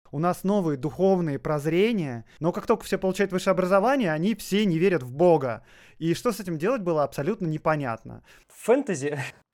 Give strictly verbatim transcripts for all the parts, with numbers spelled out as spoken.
у нас новые духовные прозрения, но как только все получают высшее образование, они все не верят в Бога. И что с этим делать было абсолютно непонятно. Фэнтези.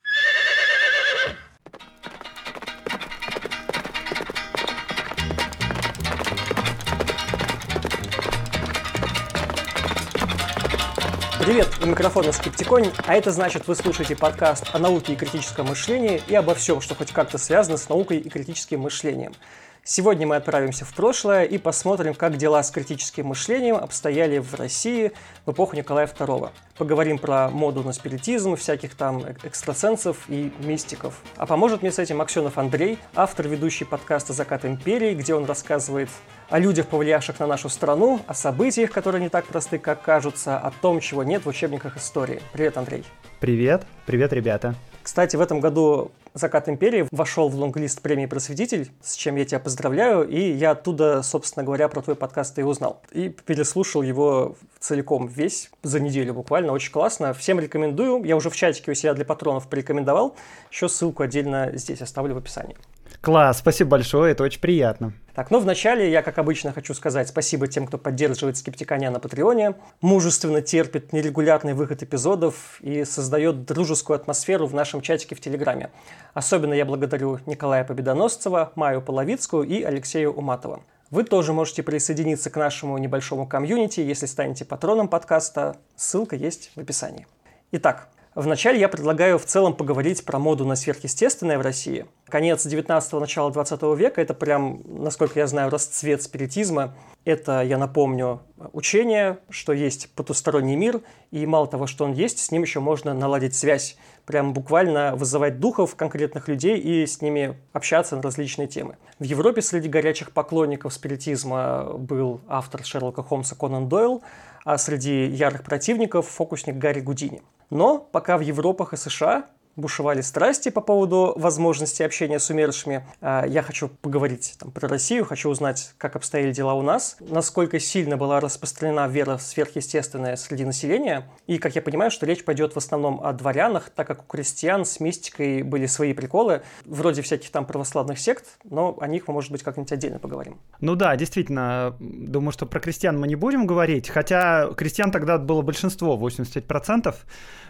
Привет, у микрофона Скептиконь, а это значит, вы слушаете подкаст о науке и критическом мышлении и обо всем, что хоть как-то связано с наукой и критическим мышлением. Сегодня мы отправимся в прошлое и посмотрим, как дела с критическим мышлением обстояли в России в эпоху Николая второго. Поговорим про моду на спиритизм, всяких там экстрасенсов и мистиков. А поможет мне с этим Аксенов Андрей, автор ведущий подкаста «Закат империи», где он рассказывает о людях, повлиявших на нашу страну, о событиях, которые не так просты, как кажутся, о том, чего нет в учебниках истории. Привет, Андрей. Привет. Привет, ребята. Кстати, в этом году «Закат империи» вошел в лонглист премии «Просветитель», с чем я тебя поздравляю, и я оттуда, собственно говоря, про твой подкаст и узнал. И переслушал его целиком весь, за неделю буквально, очень классно. Всем рекомендую, я уже в чатике у себя для патронов порекомендовал, еще ссылку отдельно здесь оставлю в описании. Класс, спасибо большое, это очень приятно. Так, ну вначале я, как обычно, хочу сказать спасибо тем, кто поддерживает Скептиконя на Патреоне, мужественно терпит нерегулярный выход эпизодов и создает дружескую атмосферу в нашем чатике в Телеграме. Особенно я благодарю Николая Победоносцева, Майю Половицкую и Алексея Уматова. Вы тоже можете присоединиться к нашему небольшому комьюнити, если станете патроном подкаста. Ссылка есть в описании. Итак, вначале я предлагаю в целом поговорить про моду на сверхъестественное в России. Конец девятнадцатого, начало двадцатого века – это прям, насколько я знаю, расцвет спиритизма. Это, я напомню, учение, что есть потусторонний мир, и мало того, что он есть, с ним еще можно наладить связь. Прям буквально вызывать духов конкретных людей и с ними общаться на различные темы. В Европе среди горячих поклонников спиритизма был автор Шерлока Холмса Конан Дойл, а среди ярых противников – фокусник Гарри Гудини. Но пока в Европах и США бушевали страсти по поводу возможности общения с умершими, я хочу поговорить там, про Россию, хочу узнать, как обстояли дела у нас, насколько сильно была распространена вера в сверхъестественное среди населения, и, как я понимаю, что речь пойдет в основном о дворянах, так как у крестьян с мистикой были свои приколы, вроде всяких там православных сект, но о них мы, может быть, как-нибудь отдельно поговорим. Ну да, действительно, думаю, что про крестьян мы не будем говорить, хотя крестьян тогда было большинство, восемьдесят пять процентов,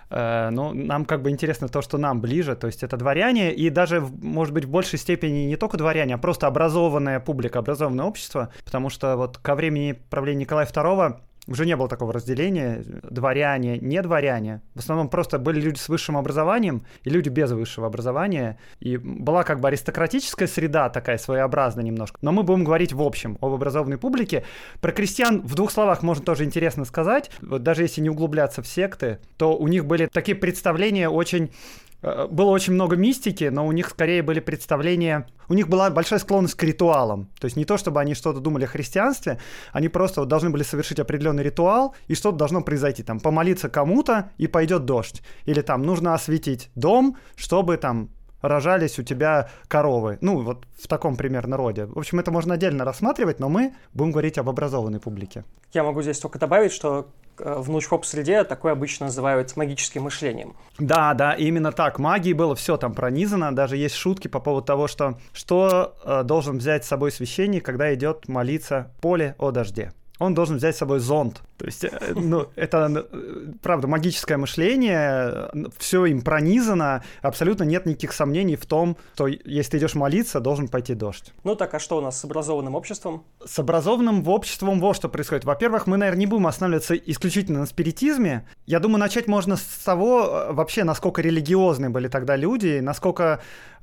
но нам как бы интересно то, что нам ближе, то есть это дворяне, и даже, может быть, в большей степени не только дворяне, а просто образованная публика, образованное общество, потому что вот ко времени правления Николая второго уже не было такого разделения, дворяне, не дворяне. В основном просто были люди с высшим образованием и люди без высшего образования. И была как бы аристократическая среда такая своеобразная немножко. Но мы будем говорить в общем об образованной публике. Про крестьян в двух словах можно тоже интересно сказать. Вот даже если не углубляться в секты, то у них были такие представления очень... Было очень много мистики, но у них скорее были представления... У них была большая склонность к ритуалам. То есть не то, чтобы они что-то думали о христианстве, они просто вот должны были совершить определенный ритуал, и что-то должно произойти. Там помолиться кому-то, и пойдет дождь. Или там нужно осветить дом, чтобы там рожались у тебя коровы. Ну, вот в таком примерно роде. В общем, это можно отдельно рассматривать, но мы будем говорить об образованной публике. Я могу здесь только добавить, что в научпоп-среде такое обычно называют магическим мышлением. Да, да, именно так. Магии было все там пронизано. Даже есть шутки по поводу того, что что э, должен взять с собой священник, когда идет молиться в поле о дожде. Он должен взять с собой зонт. То есть, ну, это, правда, магическое мышление, все им пронизано, абсолютно нет никаких сомнений в том, что если ты идешь молиться, должен пойти дождь. Ну так, а что у нас с образованным обществом? С образованным обществом вот что происходит. Во-первых, мы, наверное, не будем останавливаться исключительно на спиритизме. Я думаю, начать можно с того, вообще, насколько религиозны были тогда люди, насколько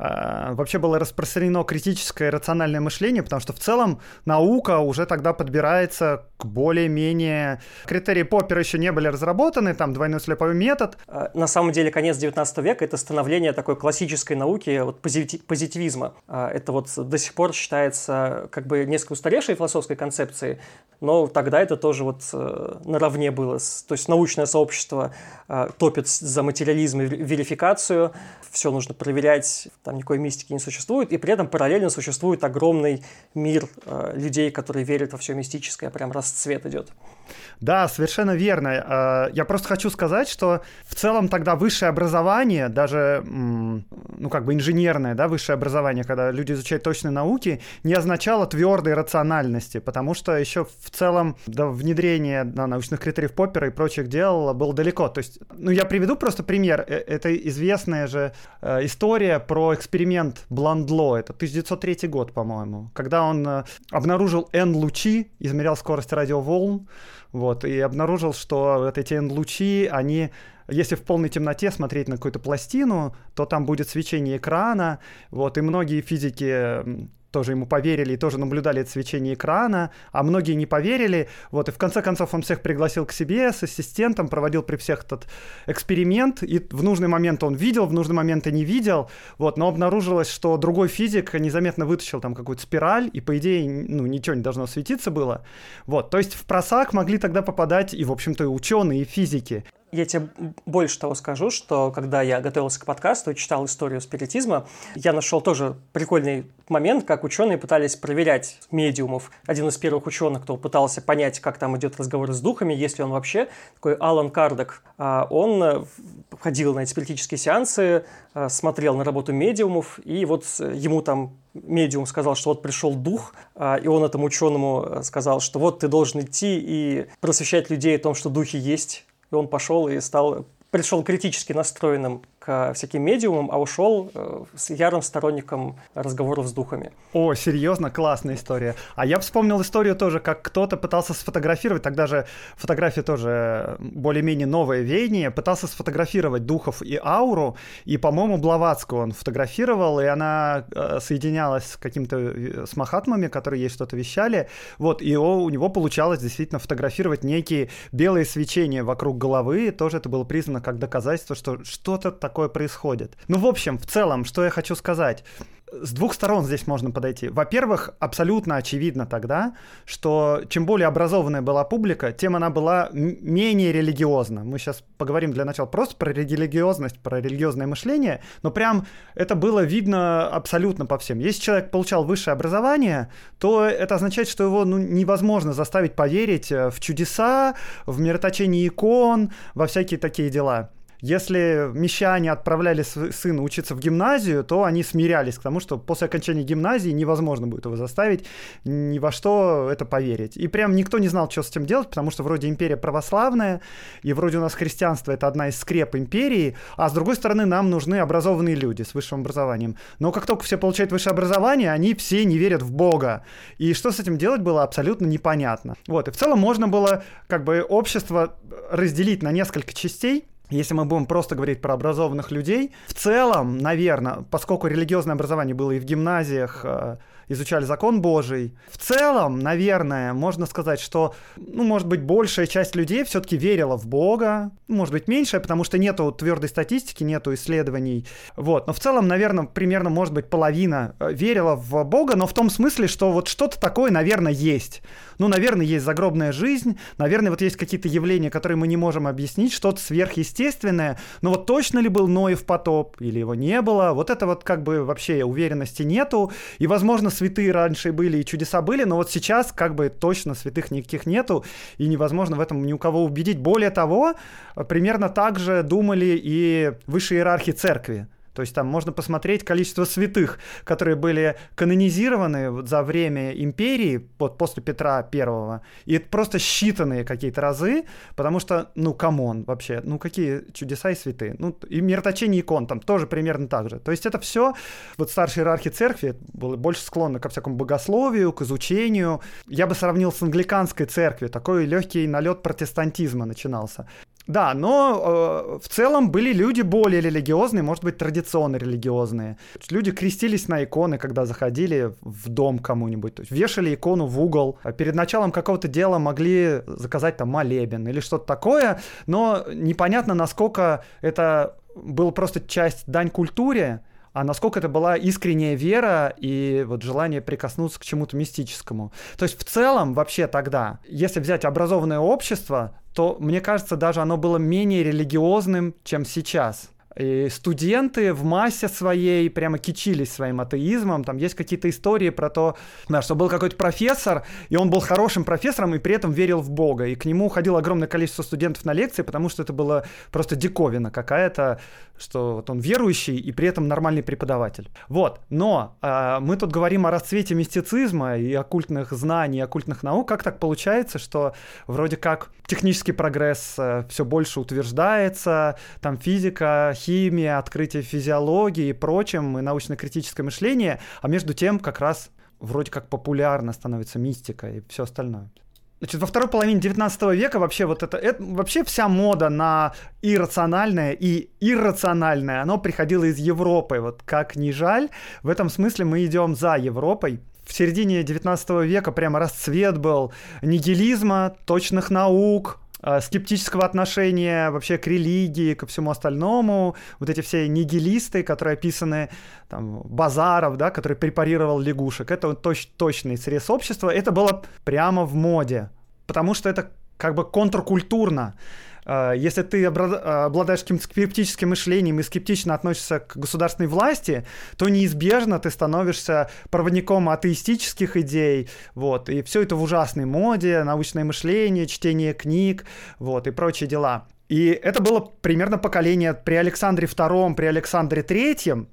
э, вообще было распространено критическое и рациональное мышление, потому что в целом наука уже тогда подбирается к более-менее... Критерии Поппера еще не были разработаны, там двойной слеповой метод. На самом деле, конец девятнадцатого века – это становление такой классической науки, вот, позитивизма. Это вот до сих пор считается как бы несколько устаревшей философской концепцией, но тогда это тоже вот наравне было. То есть научное сообщество топит за материализм и верификацию, все нужно проверять, там никакой мистики не существует, и при этом параллельно существует огромный мир людей, которые верят во все мистическое, прям расцвет идет. Да, совершенно верно. Я просто хочу сказать, что в целом тогда высшее образование, даже, ну, как бы инженерное, да, высшее образование, когда люди изучают точные науки, не означало твердой рациональности, потому что еще в целом до внедрения да, научных критериев Поппера и прочих дел было далеко. То есть, ну, я приведу просто пример. Это известная же история про эксперимент Бландло. Это тысяча девятьсот третий год, по-моему, когда он обнаружил N-лучи, измерял скорость радиоволн, вот, и обнаружил, что вот эти N-лучи, они, если в полной темноте смотреть на какую-то пластину, то там будет свечение экрана, вот, и многие физики тоже ему поверили и тоже наблюдали это свечение экрана, а многие не поверили, вот, и в конце концов он всех пригласил к себе с ассистентом, проводил при всех этот эксперимент, и в нужный момент он видел, в нужный момент и не видел, вот, но обнаружилось, что другой физик незаметно вытащил там какую-то спираль, и, по идее, ну, ничего не должно светиться было, вот, то есть в просак могли тогда попадать и, в общем-то, и ученые, и физики. Я тебе больше того скажу, что когда я готовился к подкасту и читал историю спиритизма, я нашел тоже прикольный момент, как ученые пытались проверять медиумов. Один из первых ученых, кто пытался понять, как там идет разговор с духами, если он вообще, такой Алан Кардак, он ходил на эти спиритические сеансы, смотрел на работу медиумов, и вот ему там медиум сказал, что вот пришел дух, и он этому ученому сказал, что вот ты должен идти и просвещать людей о том, что духи есть. И он пошел и стал, пришел критически настроенным к всяким медиумам, а ушел э, с ярым сторонником разговоров с духами. О, серьезно? Классная история. А я вспомнил историю тоже, как кто-то пытался сфотографировать, тогда же фотография тоже более-менее новое веяние, пытался сфотографировать духов и ауру, и, по-моему, Блаватскую он фотографировал, и она э, соединялась с каким-то, с махатмами, которые ей что-то вещали, вот, и о, у него получалось действительно фотографировать некие белые свечения вокруг головы, тоже это было признано как доказательство, что что-то такое такое происходит. Ну, в общем, в целом, что я хочу сказать. С двух сторон здесь можно подойти. Во-первых, абсолютно очевидно тогда, что чем более образованная была публика, тем она была м- менее религиозна. Мы сейчас поговорим для начала просто про религиозность, про религиозное мышление, но прям это было видно абсолютно по всем. Если человек получал высшее образование, то это означает, что его ну, невозможно заставить поверить в чудеса, в мироточение икон, во всякие такие дела. Если мещане отправляли сына учиться в гимназию, то они смирялись к тому, что после окончания гимназии невозможно будет его заставить ни во что это поверить. И прям никто не знал, что с этим делать, потому что вроде империя православная, и вроде у нас христианство — это одна из скреп империи, а с другой стороны нам нужны образованные люди с высшим образованием. Но как только все получают высшее образование, они все не верят в Бога. И что с этим делать было абсолютно непонятно. Вот. И в целом можно было как бы общество разделить на несколько частей. Если мы будем просто говорить про образованных людей, в целом, наверное, поскольку религиозное образование было и в гимназиях, изучали закон Божий, в целом, наверное, можно сказать, что, ну, может быть, большая часть людей все-таки верила в Бога, может быть, меньшая, потому что нету твердой статистики, нету исследований, вот, но в целом, наверное, примерно, может быть, половина верила в Бога, но в том смысле, что вот что-то такое, наверное, есть. Ну, наверное, есть загробная жизнь, наверное, вот есть какие-то явления, которые мы не можем объяснить, что-то сверхъестественное, но вот точно ли был Ноев потоп или его не было, вот это вот как бы вообще уверенности нету, и, возможно, святые раньше были и чудеса были, но вот сейчас как бы точно святых никаких нету, и невозможно в этом ни у кого убедить. Более того, примерно так же думали и высшие иерархи церкви. То есть там можно посмотреть количество святых, которые были канонизированы вот за время империи, вот после Петра Первого, и это просто считанные какие-то разы, потому что, ну, камон, вообще, ну, какие чудеса и святые. Ну, и мироточение икон там тоже примерно так же. То есть это все, вот старшие иерархи церкви были больше склонны ко всякому богословию, к изучению. Я бы сравнил с англиканской церковью, такой легкий налет протестантизма начинался. Да, но э, в целом были люди более религиозные, может быть, традиционно религиозные. Люди крестились на иконы, когда заходили в дом кому-нибудь. То есть вешали икону в угол. Перед началом какого-то дела могли заказать там молебен или что-то такое, но непонятно, насколько это была просто часть дань культуре, а насколько это была искренняя вера и вот желание прикоснуться к чему-то мистическому. То есть в целом вообще тогда, если взять образованное общество, то, мне кажется, даже оно было менее религиозным, чем сейчас. И студенты в массе своей прямо кичились своим атеизмом. Там есть какие-то истории про то, да, что был какой-то профессор, и он был хорошим профессором и при этом верил в Бога. И к нему ходило огромное количество студентов на лекции, потому что это было просто диковина какая-то, что вот он верующий и при этом нормальный преподаватель. Вот. Но э, мы тут говорим о расцвете мистицизма и оккультных знаний, и оккультных наук. Как так получается, что вроде как технический прогресс э, все больше утверждается, там физика, химия, открытие физиологии и прочим, и научно-критическое мышление, а между тем как раз вроде как популярно становится мистика и все остальное. Значит, во второй половине девятнадцатого века вообще вот это, это вообще вся мода на иррациональное и иррациональное, оно приходило из Европы. Вот как ни жаль, в этом смысле мы идем за Европой. В середине девятнадцатого века прямо расцвет был нигилизма, точных наук, скептического отношения вообще к религии, ко всему остальному. Вот эти все нигилисты, которые описаны, там, Базаров, да, который препарировал лягушек, это вот точ- точный срез общества. Это было прямо в моде, потому что это как бы контркультурно. Если ты обладаешь каким-то скептическим мышлением и скептично относишься к государственной власти, то неизбежно ты становишься проводником атеистических идей, вот, и все это в ужасной моде, научное мышление, чтение книг, вот, и прочие дела. И это было примерно поколение при Александре втором, при Александре третьем,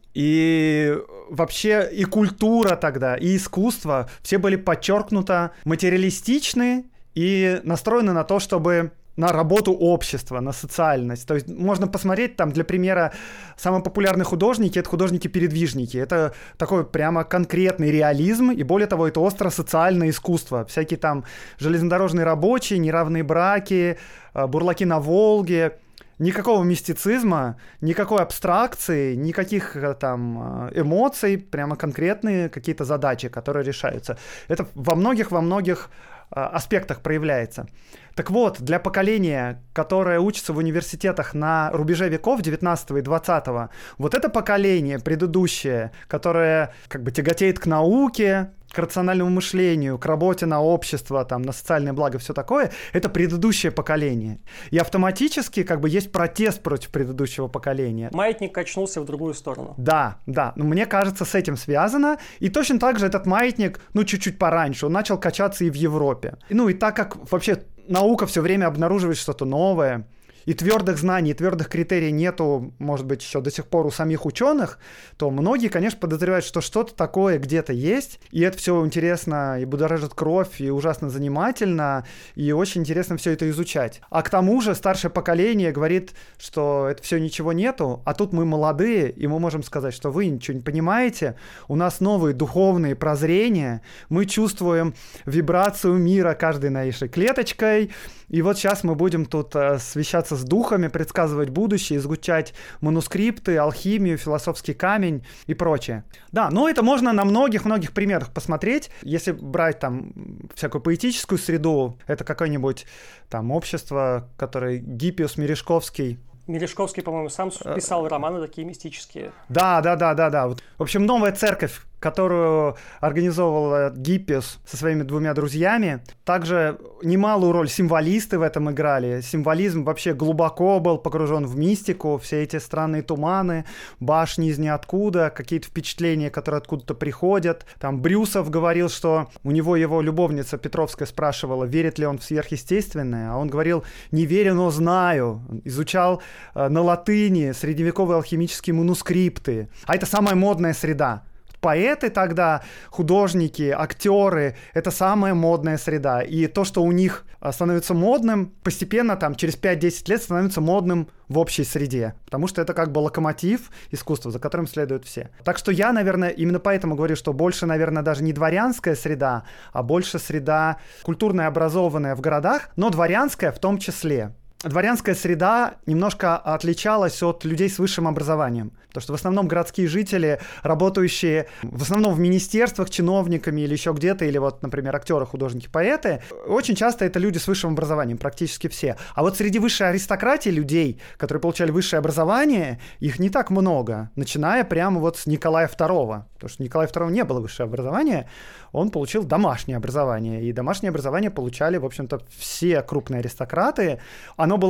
и вообще и культура тогда, и искусство, все были подчеркнуто материалистичны и настроены на то, чтобы на работу общества, на социальность. То есть можно посмотреть, там, для примера, самые популярные художники — это художники-передвижники. Это такой прямо конкретный реализм, и более того, это остро-социальное искусство. Всякие там железнодорожные рабочие, неравные браки, бурлаки на Волге. Никакого мистицизма, никакой абстракции, никаких там эмоций, прямо конкретные какие-то задачи, которые решаются. Это во многих, во многих аспектах проявляется. Так вот, для поколения, которое учится в университетах на рубеже веков девятнадцатого и двадцатого, вот это поколение предыдущее, которое как бы тяготеет к науке, к рациональному мышлению, к работе на общество, там, на социальное благо, все такое, это предыдущее поколение. И автоматически как бы есть протест против предыдущего поколения. Маятник качнулся в другую сторону. Да, да. Но мне кажется, с этим связано. И точно так же этот маятник, ну, чуть-чуть пораньше, он начал качаться и в Европе. Ну, и так как вообще наука все время обнаруживает что-то новое, и твердых знаний, и твердых критерий нету, может быть, еще до сих пор у самих ученых, то многие, конечно, подозревают, что что-то такое где-то есть, и это все интересно, и будоражит кровь, и ужасно занимательно, и очень интересно все это изучать. А к тому же старшее поколение говорит, что это все ничего нету, а тут мы молодые, и мы можем сказать, что вы ничего не понимаете, у нас новые духовные прозрения, мы чувствуем вибрацию мира каждой нашей клеточкой, и вот сейчас мы будем тут свещаться с духами, предсказывать будущее, изучать манускрипты, алхимию, философский камень и прочее. Да, но это можно на многих-многих примерах посмотреть. Если брать там всякую поэтическую среду, это какое-нибудь там общество, которое Гиппиус, Мережковский. Мережковский, по-моему, сам писал романы такие мистические. Да, да, да, да, да. Вот, в общем, новая церковь, которую организовывал Гиппиус со своими двумя друзьями. Также немалую роль символисты в этом играли. Символизм вообще глубоко был погружен в мистику. Все эти странные туманы, башни из ниоткуда, какие-то впечатления, которые откуда-то приходят. Там Брюсов говорил, что у него его любовница Петровская спрашивала, верит ли он в сверхъестественное. А он говорил, не верю, но знаю. Изучал э, на латыни средневековые алхимические манускрипты. А это самая модная среда. Поэты тогда, художники, актеры — это самая модная среда. И то, что у них становится модным, постепенно там через пять-десять лет становится модным в общей среде. Потому что это как бы локомотив искусства, за которым следуют все. Так что я, наверное, именно поэтому говорю, что больше, наверное, даже не дворянская среда, а больше среда культурно образованная в городах, но дворянская в том числе. Дворянская среда немножко отличалась от людей с высшим образованием. Потому что в основном городские жители, работающие в основном в министерствах чиновниками или еще где-то, или вот, например, актеры, художники, поэты, очень часто это люди с высшим образованием, практически все. А вот среди высшей аристократии людей, которые получали высшее образование, их не так много, начиная прямо вот с Николая второго. Потому что Николая второго не было высшее образование, он получил домашнее образование. И домашнее образование получали, в общем-то, все крупные аристократы. Оно было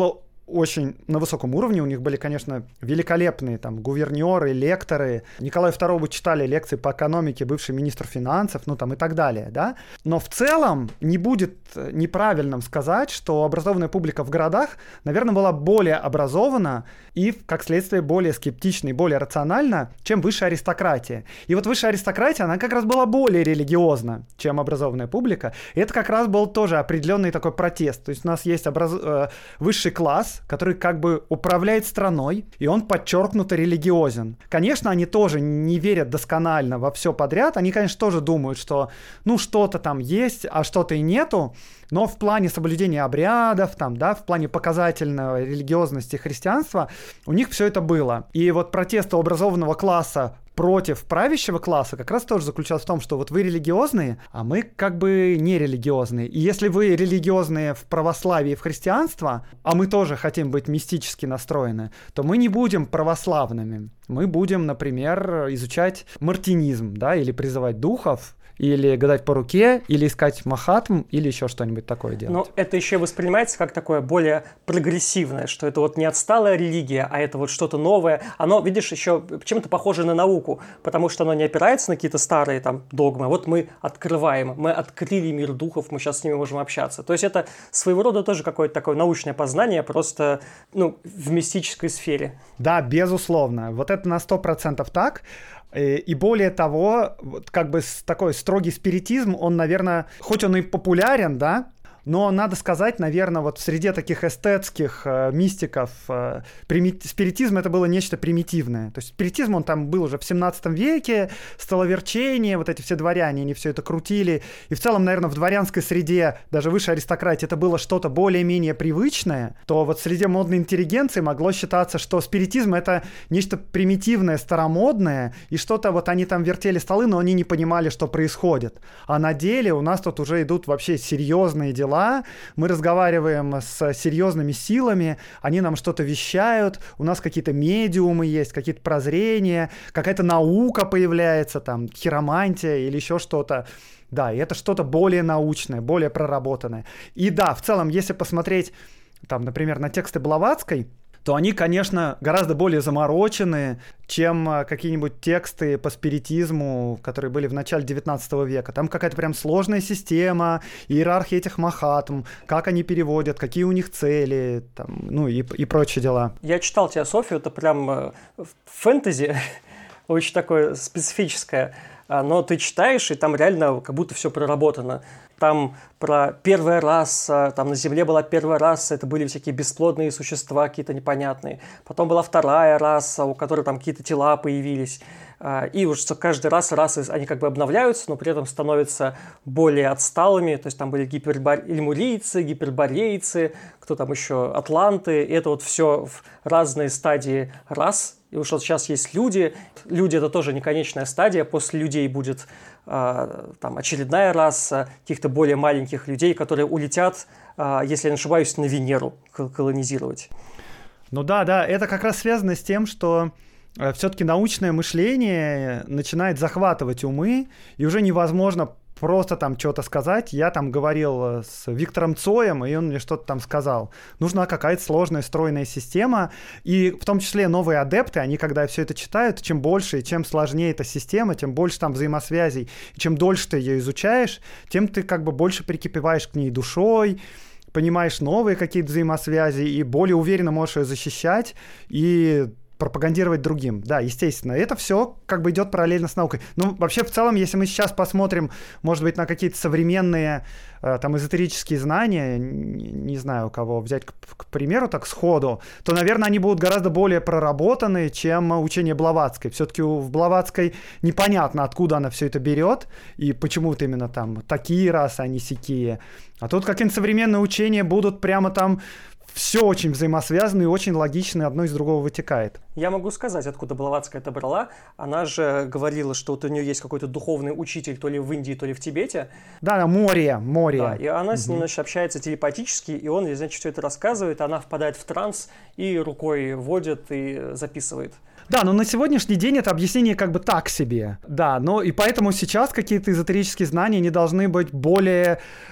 очень на высоком уровне. У них были, конечно, великолепные там гувернеры, лекторы. Николаю второму читали лекции по экономике, бывший министр финансов, ну там и так далее, да. Но в целом не будет неправильным сказать, что образованная публика в городах, наверное, была более образована и, как следствие, более скептична и более рациональна, чем высшая аристократия. И вот высшая аристократия, она как раз была более религиозна, чем образованная публика. И это как раз был тоже определенный такой протест. То есть у нас есть образ... высший класс, который как бы управляет страной, и он подчеркнуто религиозен. Конечно, они тоже не верят досконально во все подряд. Они, конечно, тоже думают, что ну что-то там есть, а что-то и нету. Но в плане соблюдения обрядов, там, да, в плане показательной религиозности христианства у них все это было. И вот протесты образованного класса против правящего класса как раз тоже заключался в том, что вот вы религиозные, а мы как бы не религиозные. И если вы религиозные в православии и в христианство, а мы тоже хотим быть мистически настроены, то мы не будем православными. Мы будем, например, изучать мартинизм, да, или призывать духов, или гадать по руке, или искать махатм, или еще что-нибудь такое делать. Но это еще воспринимается как такое более прогрессивное, что это вот не отсталая религия, а это вот что-то новое. Оно, видишь, еще чем-то похоже на науку, потому что оно не опирается на какие-то старые там догмы. Вот мы открываем, мы открыли мир духов, мы сейчас с ними можем общаться. То есть это своего рода тоже какое-то такое научное познание, просто ну, в мистической сфере. Да, безусловно. Вот это на сто процентов так. И более того, как бы такой строгий спиритизм, он, наверное, хоть он и популярен, да, но надо сказать, наверное, вот в среде таких эстетских э, мистиков э, примит... спиритизм это было нечто примитивное. То есть спиритизм, он там был уже в семнадцатом веке, столоверчение, вот эти все дворяне, они все это крутили. И в целом, наверное, в дворянской среде, даже высшей аристократии, это было что-то более-менее привычное, то вот в среде модной интеллигенции могло считаться, что спиритизм это нечто примитивное, старомодное, и что-то вот они там вертели столы, но они не понимали, что происходит. А на деле у нас тут уже идут вообще серьезные дела. Мы разговариваем с серьезными силами, они нам что-то вещают, у нас какие-то медиумы есть, какие-то прозрения, какая-то наука появляется, там, хиромантия или еще что-то. Да, и это что-то более научное, более проработанное. И да, в целом, если посмотреть, там, например, на тексты Блаватской, то они, конечно, гораздо более замороченные, чем какие-нибудь тексты по спиритизму, которые были в начале девятнадцатого века. Там какая-то прям сложная система, иерархия этих махатм, как они переводят, какие у них цели, там, ну и, и прочие дела. Я читал теософию, это прям фэнтези, очень такое специфическое. Но ты читаешь, и там реально как будто все проработано. Там про первая раса, там на Земле была первая раса, это были всякие бесплодные существа какие-то непонятные. Потом была вторая раса, у которой там какие-то тела появились. И уж каждый раз расы, они как бы обновляются, но при этом становятся более отсталыми. То есть там были гипербор... лемурийцы, гиперборейцы, кто там еще, атланты. И это вот все в разные стадии рас. И уж вот сейчас есть люди. Люди – это тоже не конечная стадия. После людей будет э, там, очередная раса каких-то более маленьких людей, которые улетят, э, если я не ошибаюсь, на Венеру колонизировать. Ну да, да, это как раз связано с тем, что э, все-таки научное мышление начинает захватывать умы, и уже невозможно просто там что-то сказать. Я там говорил с Виктором Цоем, и он мне что-то там сказал. Нужна какая-то сложная стройная система, и в том числе новые адепты, они когда все это читают, чем больше и чем сложнее эта система, тем больше там взаимосвязей, и чем дольше ты ее изучаешь, тем ты как бы больше прикипеваешь к ней душой, понимаешь новые какие-то взаимосвязи и более уверенно можешь ее защищать и пропагандировать другим. Да, естественно. Это все как бы идет параллельно с наукой. Ну, вообще, в целом, если мы сейчас посмотрим, может быть, на какие-то современные э, там эзотерические знания, не, не знаю, у кого взять, к, к примеру, так сходу, то, наверное, они будут гораздо более проработаны, чем учение Блаватской. Все-таки в Блаватской непонятно, откуда она все это берет, и почему-то именно там такие расы, а не сякие. А тут какие-то современные учения будут прямо там все очень взаимосвязано и очень логично одно из другого вытекает. Я могу сказать, откуда Блаватская это брала. Она же говорила, что вот у нее есть какой-то духовный учитель то ли в Индии, то ли в Тибете. Да, море, море. Да, и она с ним, угу. значит, общается телепатически, и он, значит, все это рассказывает, она впадает в транс и рукой водит и записывает. Да, но на сегодняшний день это объяснение как бы так себе. Да, но и поэтому сейчас какие-то эзотерические знания не должны быть более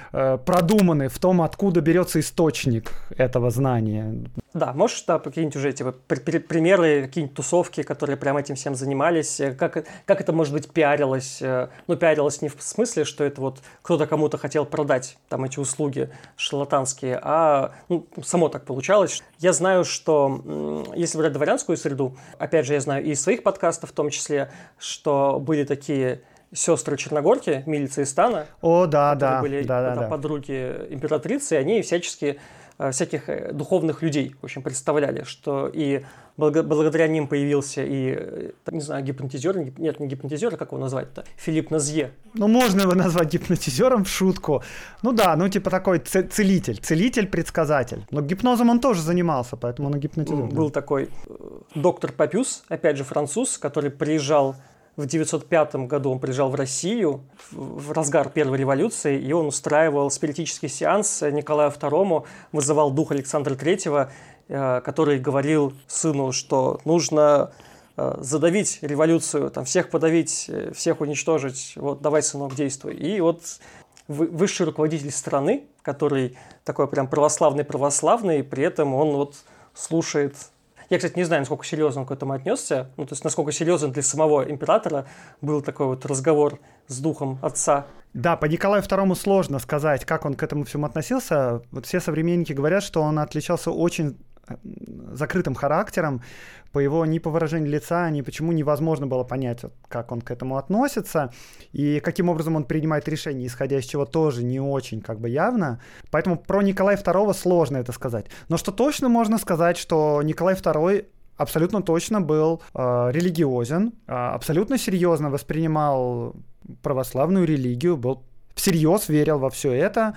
э, продуманы в том, откуда берется источник этого знания. Да, можешь да, какие-нибудь уже эти примеры, какие-нибудь тусовки, которые прям этим всем занимались, как, как это, может быть, пиарилось? Ну, пиарилось не в смысле, что это вот кто-то кому-то хотел продать там эти услуги шарлатанские, а ну, само так получалось. Я знаю, что если брать дворянскую среду, опять же, я знаю и из своих подкастов в том числе, что были такие сестры Черногорки, Милица и Стана. О, да, да, были да, да, да. подруги императрицы, и они всячески всяких духовных людей, в общем, представляли, что и благодаря ним появился и, не знаю, гипнотизер, нет, не гипнотизер, а как его назвать-то? Филипп Назье. Ну, можно его назвать гипнотизером в шутку. Ну да, ну типа такой целитель, целитель-предсказатель. Но гипнозом он тоже занимался, поэтому он и гипнотизер. Был такой доктор Папюс, опять же француз, который приезжал в девятьсот пятом году, он приезжал в Россию в разгар Первой революции, и он устраивал спиритический сеанс Николаю второму, вызывал дух Александра третьего, который говорил сыну, что нужно задавить революцию, там, всех подавить, всех уничтожить, вот, давай, сынок, действуй. И вот высший руководитель страны, который такой прям православный-православный, при этом он вот слушает. Я, кстати, не знаю, насколько серьезно он к этому отнесся, ну, то есть насколько серьезен для самого императора был такой вот разговор с духом отца. Да, по Николаю второму сложно сказать, как он к этому всему относился. Вот все современники говорят, что он отличался очень закрытым характером. По его ни по выражению лица, ни почему невозможно было понять, как он к этому относится. И каким образом он принимает решения, исходя из чего тоже не очень как бы явно. Поэтому про Николая второго сложно это сказать. Но что точно можно сказать, что Николай второй абсолютно точно был э, религиозен, э, абсолютно серьезно воспринимал православную религию, был всерьез верил во все это.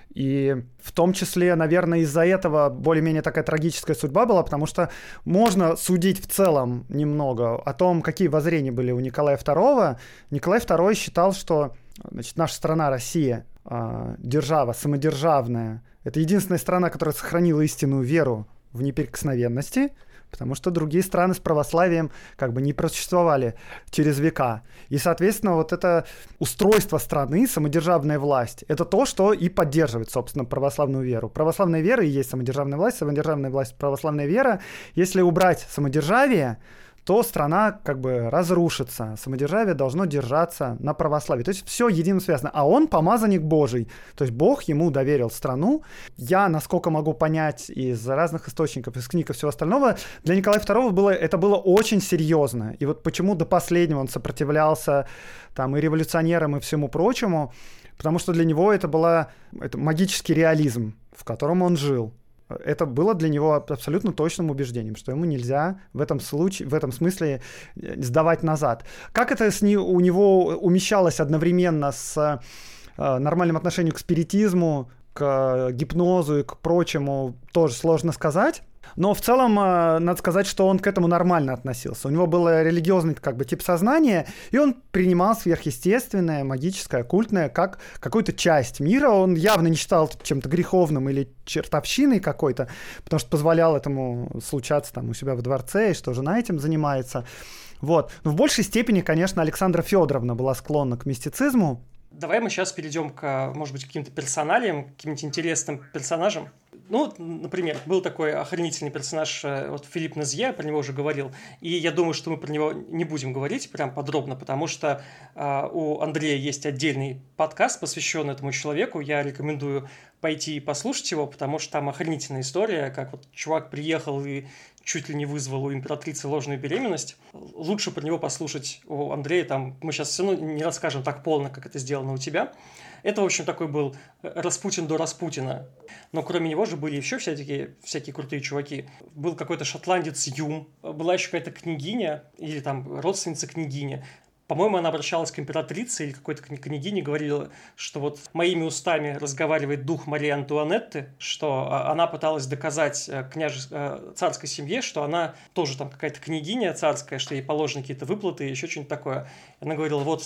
И в том числе, наверное, из-за этого более-менее такая трагическая судьба была, потому что можно судить в целом немного о том, какие воззрения были у Николая второго. Николай второй считал, что, значит, наша страна, Россия, держава самодержавная, это единственная страна, которая сохранила истинную веру в неприкосновенности, потому что другие страны с православием как бы не просуществовали через века. И, соответственно, вот это устройство страны, самодержавная власть, это то, что и поддерживает, собственно, православную веру. Православная вера и есть самодержавная власть, самодержавная власть, православная вера. Если убрать самодержавие, то страна как бы разрушится. Самодержавие должно держаться на православии. То есть все едино связано. А он помазанник Божий. То есть Бог ему доверил страну. Я, насколько могу понять из разных источников, из книг и всего остального, для Николая второго было, это было очень серьезно. И вот почему до последнего он сопротивлялся там, и революционерам, и всему прочему. Потому что для него это был это магический реализм, в котором он жил. Это было для него абсолютно точным убеждением, что ему нельзя в этом случае, в этом смысле сдавать назад. Как это с не, у него умещалось одновременно с э, нормальным отношением к спиритизму, к гипнозу и к прочему, тоже сложно сказать. Но в целом, э, надо сказать, что он к этому нормально относился. У него был религиозный как бы, тип сознания, и он принимал сверхъестественное, магическое, оккультное, как какую-то часть мира. Он явно не считал это чем-то греховным или чертовщиной какой-то, потому что позволял этому случаться там, у себя во дворце, и что жена этим занимается. Вот. Но в большей степени, конечно, Александра Федоровна была склонна к мистицизму. Давай мы сейчас перейдем к, может быть, каким-то персоналиям, каким-то интересным персонажам. Ну, например, был такой охренительный персонаж, вот Филипп Назье, про него уже говорил, и я думаю, что мы про него не будем говорить прям подробно, потому что э, у Андрея есть отдельный подкаст, посвященный этому человеку, я рекомендую пойти и послушать его, потому что там охренительная история, как вот чувак приехал и чуть ли не вызвал у императрицы ложную беременность. Лучше про него послушать у Андрея, там мы сейчас все равно не расскажем так полно, как это сделано у тебя. Это, в общем, такой был Распутин до Распутина. Но кроме него же были еще всякие, всякие крутые чуваки. Был какой-то шотландец Юм, была еще какая-то княгиня, или там родственница княгини. По-моему, она обращалась к императрице или какой-то княгине, говорила, что вот моими устами разговаривает дух Марии Антуанетты, что она пыталась доказать княж... царской семье, что она тоже там какая-то княгиня царская, что ей положены какие-то выплаты и еще что-нибудь такое. Она говорила, вот...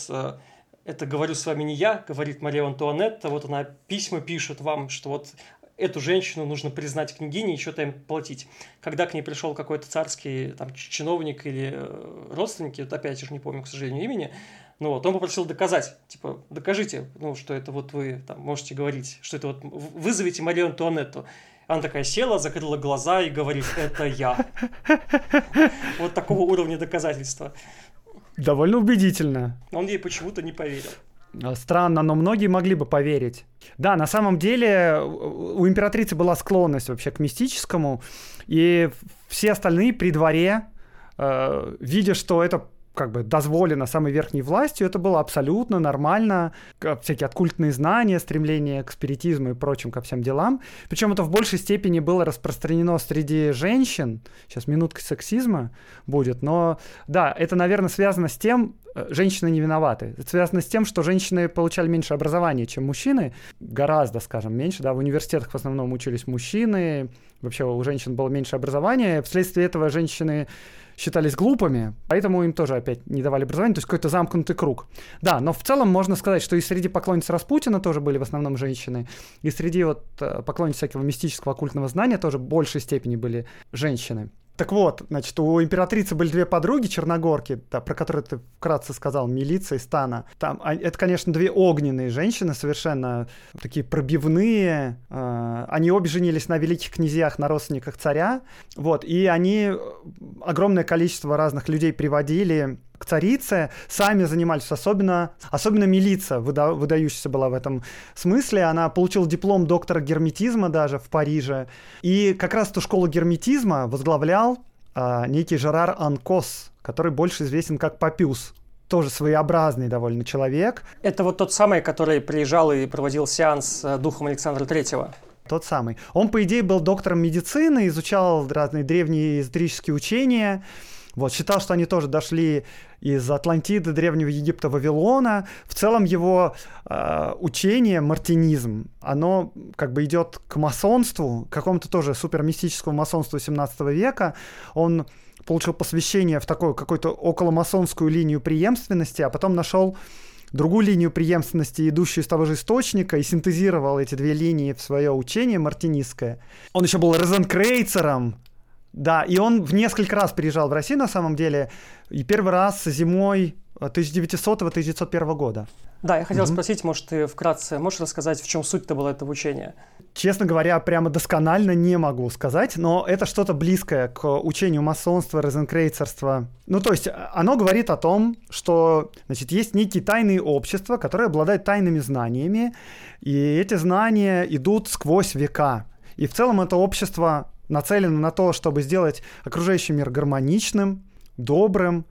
Это говорю с вами не я, говорит Мария Антуанетта, вот она письма пишет вам, что вот эту женщину нужно признать княгиней и что-то им платить. Когда к ней пришел какой-то царский там, чиновник или родственники, вот опять же не помню, к сожалению, имени, Ну вот, он попросил доказать, типа, докажите, ну, что это вот вы там можете говорить, что это вот вызовите Марию Антуанетту. Она такая села, закрыла глаза и говорит: это я. Вот такого уровня доказательства. Довольно убедительно. Он ей почему-то не поверил. Странно, но многие могли бы поверить. Да, на самом деле у императрицы была склонность вообще к мистическому, и все остальные при дворе, э, видя, что это как бы дозволено самой верхней властью, это было абсолютно нормально, всякие оккультные знания, стремление к спиритизму и прочим ко всем делам. Причем это в большей степени было распространено среди женщин. Сейчас минутка сексизма будет, но да, это, наверное, связано с тем, женщины не виноваты. Это связано с тем, что женщины получали меньше образования, чем мужчины, гораздо, скажем, меньше, да, в университетах в основном учились мужчины, вообще у женщин было меньше образования, вследствие этого женщины считались глупыми, поэтому им тоже опять не давали образования, то есть какой-то замкнутый круг. Да, но в целом можно сказать, что и среди поклонниц Распутина тоже были в основном женщины, и среди вот поклонниц всякого мистического оккультного знания тоже в большей степени были женщины. Так вот, значит, у императрицы были две подруги черногорки, да, про которые ты вкратце сказал, Милица и Стана. Там, это, конечно, две огненные женщины, совершенно такие пробивные. Э, они обе женились на великих князьях, на родственниках царя. Вот, и они огромное количество разных людей приводили к царице, сами занимались, особенно, особенно Милица, выда, выдающаяся была в этом смысле. Она получила диплом доктора герметизма даже в Париже. И как раз эту школу герметизма возглавлял а, некий Жерар Анкос, который больше известен как Папюс. Тоже своеобразный довольно человек. Это вот тот самый, который приезжал и проводил сеанс с духом Александра Третьего. Тот самый. Он, по идее, был доктором медицины, изучал разные древние эзотерические учения. Вот, считал, что они тоже дошли из Атлантиды, Древнего Египта, Вавилона. В целом его э, учение, мартинизм, оно как бы идет к масонству, к какому-то тоже супермистическому масонству семнадцатого века. Он получил посвящение в такую какую-то околомасонскую линию преемственности, а потом нашел другую линию преемственности, идущую из того же источника, и синтезировал эти две линии в свое учение мартинистское. Он еще был розенкрейцером. Да, и он в несколько раз приезжал в Россию на самом деле, и первый раз зимой тысяча девятисотого — тысяча девятьсот первого года. Да, я хотел mm-hmm. спросить, может, ты вкратце можешь рассказать, в чем суть-то было этого учения? Честно говоря, прямо досконально не могу сказать, но это что-то близкое к учению масонства, розенкрейцерства. Ну, то есть оно говорит о том, что, значит, есть некие тайные общества, которые обладают тайными знаниями, и эти знания идут сквозь века. И в целом это общество нацелено на то, чтобы сделать окружающий мир гармоничным, добрым,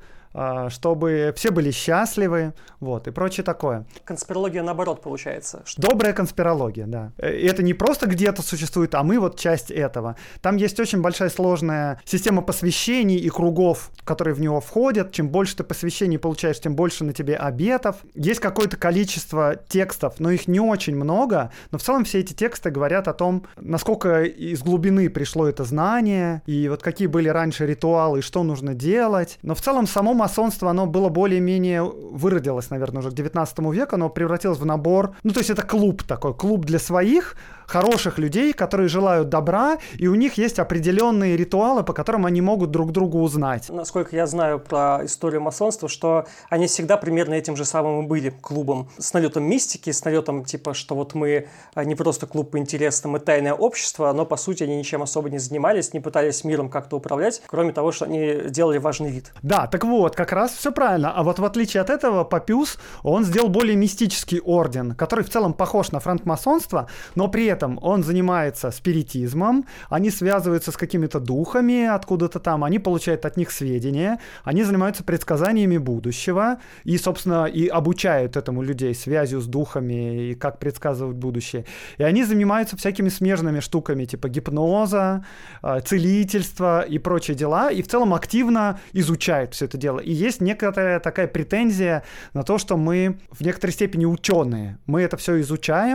чтобы все были счастливы, вот, и прочее такое. Конспирология наоборот получается. Добрая конспирология, да. И это не просто где-то существует, а мы вот часть этого. Там есть очень большая сложная система посвящений и кругов, которые в него входят. Чем больше ты посвящений получаешь, тем больше на тебе обетов. Есть какое-то количество текстов, но их не очень много, но в целом все эти тексты говорят о том, насколько из глубины пришло это знание, и вот какие были раньше ритуалы, и что нужно делать. Но в целом само масонство, оно было более-менее выродилось, наверное, уже к девятнадцатому веку, оно превратилось в набор, ну, то есть это клуб такой, клуб для своих, хороших людей, которые желают добра, и у них есть определенные ритуалы, по которым они могут друг друга узнать. Насколько я знаю про историю масонства, что они всегда примерно этим же самым и были клубом. С налетом мистики, с налетом типа, что вот мы не просто клуб по интересам и тайное общество, но по сути они ничем особо не занимались, не пытались миром как-то управлять, кроме того, что они делали важный вид. Да, так вот, как раз все правильно. А вот в отличие от этого, Папюс, он сделал более мистический орден, который в целом похож на франкмасонство, но при этом он занимается спиритизмом, они связываются с какими-то духами откуда-то там, они получают от них сведения, они занимаются предсказаниями будущего и, собственно, и обучают этому людей связью с духами и как предсказывать будущее. И они занимаются всякими смежными штуками, типа гипноза, целительства и прочие дела, и в целом активно изучают все это дело. И есть некоторая такая претензия на то, что мы в некоторой степени ученые. Мы это все изучаем,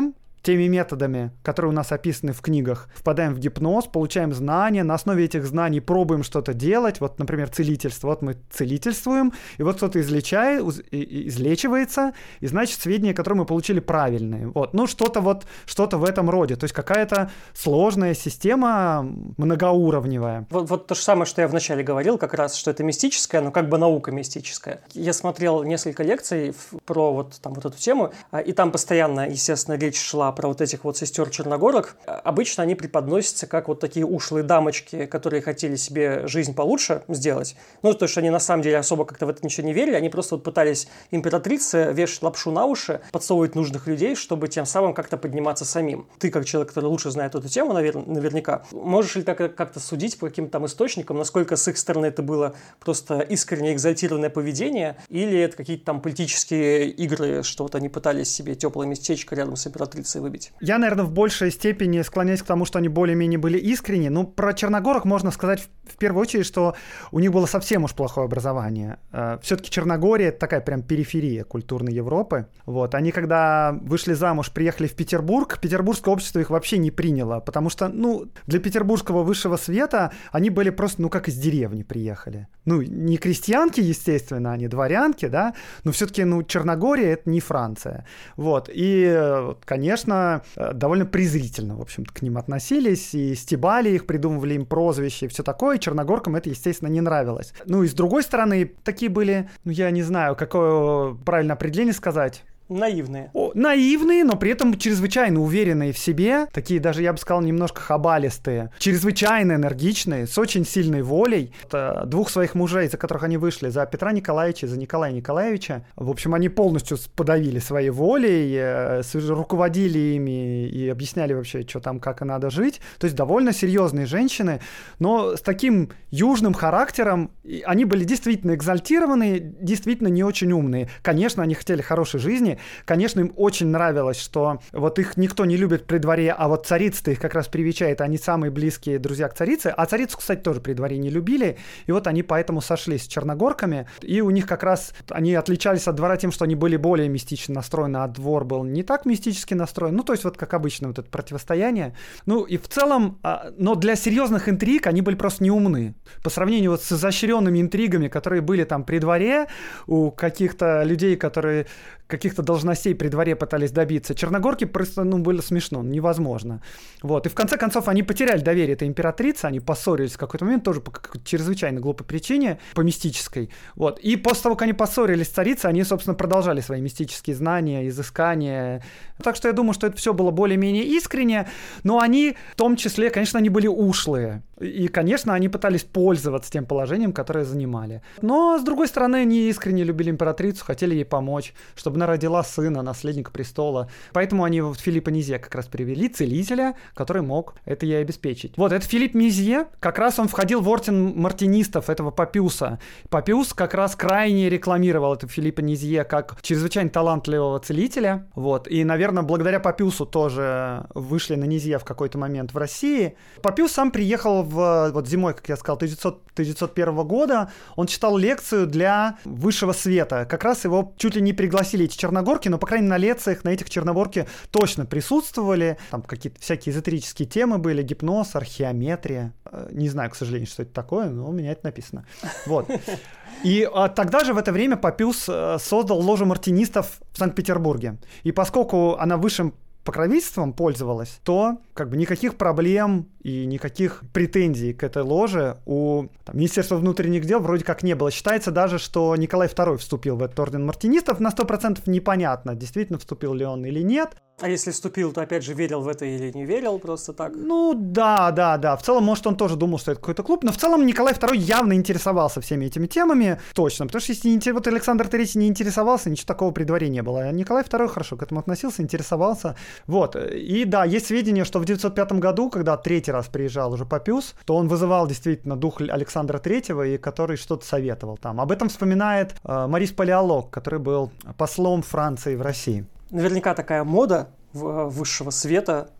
теми методами, которые у нас описаны в книгах, впадаем в гипноз, получаем знания, на основе этих знаний пробуем что-то делать, вот, например, целительство, вот мы целительствуем, и вот кто-то излечает, излечивается, и значит, сведения, которые мы получили, правильные. Вот. Ну, что-то вот, что-то в этом роде, то есть какая-то сложная система, многоуровневая. Вот, вот то же самое, что я вначале говорил, как раз, что это мистическое, но как бы наука мистическая. Я смотрел несколько лекций про вот, там, вот эту тему, и там постоянно, естественно, речь шла про вот этих вот сестер Черногорок. Обычно они преподносятся как вот такие ушлые дамочки, которые хотели себе жизнь получше сделать. Ну, то есть они на самом деле особо как-то в это ничего не верили, они просто вот пытались императрице вешать лапшу на уши, подсовывать нужных людей, чтобы тем самым как-то подниматься самим. Ты, как человек, который лучше знает эту тему, навер- наверняка, можешь ли так как-то судить по каким-то там источникам, насколько с их стороны это было просто искренне экзальтированное поведение, или это какие-то там политические игры, что вот они пытались себе теплое местечко рядом с императрицей выбить? Я, наверное, в большей степени склоняюсь к тому, что они более-менее были искренни. Ну, про черногорок можно сказать в, в первую очередь, что у них было совсем уж плохое образование. Все-таки Черногория — это такая прям периферия культурной Европы. Вот. Они, когда вышли замуж, приехали в Петербург, петербургское общество их вообще не приняло, потому что, ну, для петербургского высшего света они были просто, ну, как из деревни приехали. Ну, не крестьянки, естественно, они дворянки, да, но все-таки, ну, Черногория — это не Франция. Вот. И, конечно, довольно презрительно, в общем-то, к ним относились, и стебали их, придумывали им прозвища и все такое, и черногоркам это, естественно, не нравилось. Ну, и с другой стороны, такие были, ну, я не знаю, какое правильное определение сказать. Наивные. О, наивные, но при этом чрезвычайно уверенные в себе. Такие даже, я бы сказал, немножко хабалистые. Чрезвычайно энергичные, с очень сильной волей. Это двух своих мужей, за которых они вышли, за Петра Николаевича и за Николая Николаевича. В общем, они полностью подавили своей волей, руководили ими и объясняли вообще, что там, как и надо жить. То есть довольно серьезные женщины, но с таким южным характером. Они были действительно экзальтированные, действительно не очень умные. Конечно, они хотели хорошей жизни. Конечно, им очень нравилось, что вот их никто не любит при дворе, а вот царица-то их как раз привечает, они самые близкие друзья к царице, а царицу, кстати, тоже при дворе не любили, и вот они поэтому сошлись с черногорками, и у них как раз они отличались от двора тем, что они были более мистично настроены, а двор был не так мистически настроен, ну, то есть вот как обычно вот это противостояние. Ну, и в целом, но для серьезных интриг они были просто неумны. По сравнению вот с изощренными интригами, которые были там при дворе, у каких-то людей, которые каких-то должностей при дворе пытались добиться. Черногорки просто, ну, было смешно, невозможно. Вот. И в конце концов они потеряли доверие этой императрице, они поссорились в какой-то момент, тоже по какой-то чрезвычайно глупой причине, по мистической. Вот. И после того, как они поссорились с царицей, они, собственно, продолжали свои мистические знания, изыскания. Так что я думаю, что это все было более-менее искренне, но они, в том числе, конечно, они были ушлые. И, конечно, они пытались пользоваться тем положением, которое занимали. Но, с другой стороны, они искренне любили императрицу, хотели ей помочь, чтобы она родила сына, наследника престола. Поэтому они вот Филиппа Низье как раз привели, целителя, который мог это ей обеспечить. Вот, это Филипп Низье, как раз он входил в орден мартинистов, этого Папиуса. Папиус как раз крайне рекламировал этого Филиппа Низье как чрезвычайно талантливого целителя. Вот, и, наверное, благодаря Папиусу тоже вышли на Низье в какой-то момент в России. Папиус сам приехал в, вот зимой, как я сказал, тысяча девятьсот первого года, он читал лекцию для высшего света. Как раз его чуть ли не пригласили эти черногорки, но, по крайней мере, на лекциях на этих черногорки точно присутствовали. Там какие-то всякие эзотерические темы были, гипноз, археометрия. Не знаю, к сожалению, что это такое, но у меня это написано. Вот. И а, тогда же в это время Папиус а, создал ложу мартинистов в Санкт-Петербурге. И поскольку она высшим покровительством пользовалась, то как бы никаких проблем и никаких претензий к этой ложе у там, Министерства внутренних дел вроде как не было. Считается даже, что Николай второй вступил в этот орден мартинистов. На сто процентов непонятно, действительно вступил ли он или нет. А если вступил, то опять же верил в это или не верил, просто так? Ну да, да, да. В целом, может, он тоже думал, что это какой-то клуб, но в целом Николай второй явно интересовался всеми этими темами. Точно, потому что если не, вот Александр третий не интересовался, ничего такого при дворе не было. А Николай второй хорошо к этому относился, интересовался. Вот. И да, есть сведения, что в девятьсот пятом году, когда третий раз приезжал уже Папиус, то он вызывал действительно дух Александра третьего, и который что-то советовал там. Об этом вспоминает э, Морис Палеолог, который был послом Франции в России. Наверняка такая мода высшего света